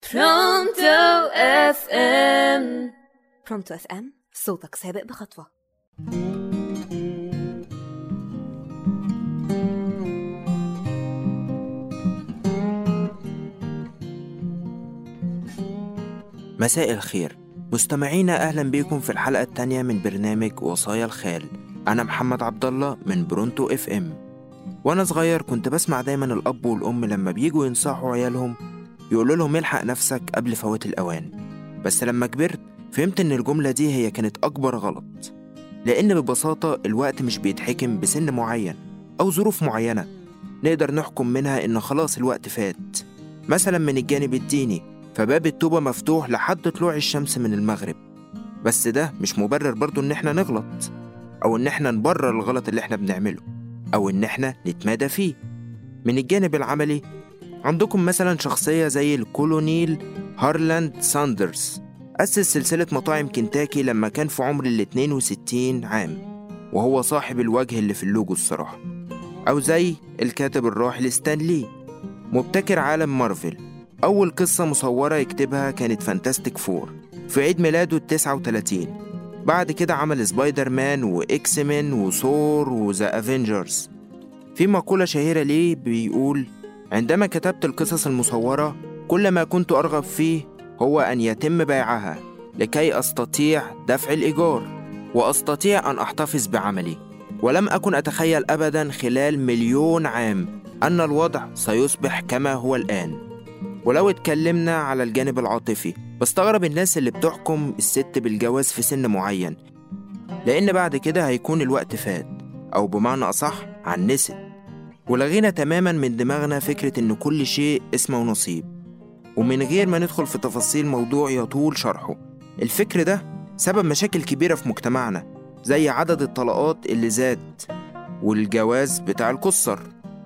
برونتو اف ام. برونتو اف ام، صوتك سابق بخطوة. مساء الخير مستمعينا، أهلا بكم في الحلقة الثانية من برنامج وصايا الخال. أنا محمد عبد الله من برونتو اف ام. وأنا صغير كنت بسمع دايما الأب والأم لما بيجوا ينصحوا عيالهم يقولوا لهم الحق نفسك قبل فوات الأوان. بس لما كبرت فهمت إن الجملة دي هي كانت أكبر غلط، لأن ببساطة الوقت مش بيتحكم بسن معين أو ظروف معينة نقدر نحكم منها إن خلاص الوقت فات. مثلا من الجانب الديني فباب التوبة مفتوح لحد طلوع الشمس من المغرب، بس ده مش مبرر برضو إن احنا نغلط أو إن احنا نبرر الغلط اللي احنا بنعمله أو إن احنا نتمادى فيه. من الجانب العملي عندكم مثلا شخصية زي الكولونيل هارلاند ساندرز، أسس سلسلة مطاعم كنتاكي لما كان في عمر 62 عام، وهو صاحب الوجه اللي في اللوجو الصراحة. أو زي الكاتب الراحل ستان لي، مبتكر عالم مارفل. أول قصة مصورة يكتبها كانت فانتاستيك فور في عيد ميلاده 39. بعد كده عمل سبايدر مان وإكس مان وثور وذا أفينجرز. في مقولة شهيرة ليه بيقول: عندما كتبت القصص المصورة كل ما كنت أرغب فيه هو أن يتم بيعها لكي أستطيع دفع الإيجار وأستطيع أن أحتفظ بعملي. ولم أكن أتخيل أبدا خلال 1,000,000 عام أن الوضع سيصبح كما هو الآن. ولو اتكلمنا على الجانب العاطفي، بستغرب الناس اللي بتحكم الست بالجواز في سن معين، لأن بعد كده هيكون الوقت فات، أو بمعنى أصح عنست، ولغينا تماما من دماغنا فكرة إن كل شيء اسمه ونصيب. ومن غير ما ندخل في تفاصيل موضوع يطول شرحه، الفكر ده سبب مشاكل كبيرة في مجتمعنا، زي عدد الطلاقات اللي زاد والجواز بتاع القصر.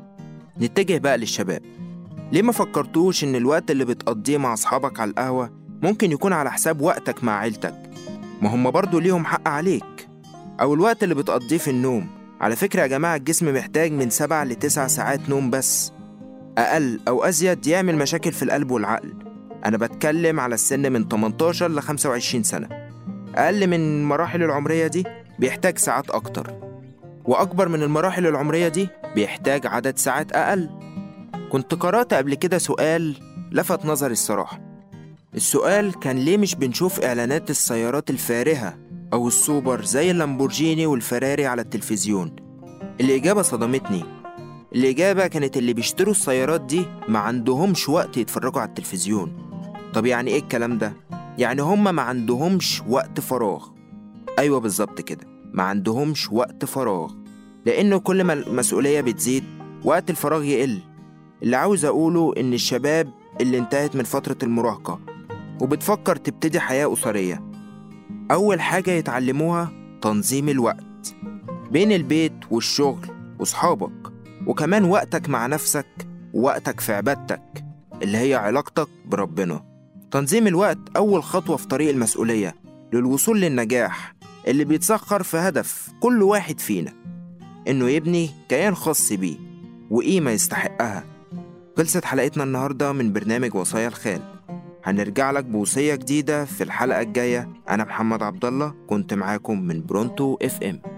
نتجه بقى للشباب، ليه ما فكرتوش إن الوقت اللي بتقضيه مع أصحابك على القهوة ممكن يكون على حساب وقتك مع عيلتك؟ ما هم برضو ليهم حق عليك. أو الوقت اللي بتقضيه في النوم، على فكرة يا جماعة الجسم محتاج من 7 ل9 ساعات نوم بس، أقل أو أزيد يعمل مشاكل في القلب والعقل. أنا بتكلم على السن من 18 ل 25 سنة. أقل من المراحل العمرية دي بيحتاج ساعات أكتر، وأكبر من المراحل العمرية دي بيحتاج عدد ساعات أقل. كنت قرأت قبل كده سؤال لفت نظري الصراحة. السؤال كان: ليه مش بنشوف إعلانات السيارات الفارهة أو السوبر زي اللامبورجيني والفراري على التلفزيون؟ الإجابة صدمتني. الإجابة كانت اللي بيشتروا السيارات دي ما عندهمش وقت يتفرجوا على التلفزيون. طب يعني إيه الكلام ده؟ يعني هم ما عندهمش وقت فراغ. أيوة بالظبط كده، ما عندهمش وقت فراغ، لأنه كل ما المسؤولية بتزيد وقت الفراغ يقل. اللي عاوز أقوله إن الشباب اللي انتهت من فترة المراهقة وبتفكر تبتدي حياة أسرية، أول حاجة يتعلموها تنظيم الوقت بين البيت والشغل وصحابك، وكمان وقتك مع نفسك ووقتك في عبادتك اللي هي علاقتك بربنا. تنظيم الوقت أول خطوة في طريق المسؤولية للوصول للنجاح اللي بيتسخر في هدف كل واحد فينا، إنه يبني كيان خاص بيه وقيمة يستحقها. خلصت حلقتنا النهاردة من برنامج وصايا الخال. هنرجع لك بوصية جديدة في الحلقة الجاية. أنا محمد عبد الله كنت معاكم من برونتو اف ام.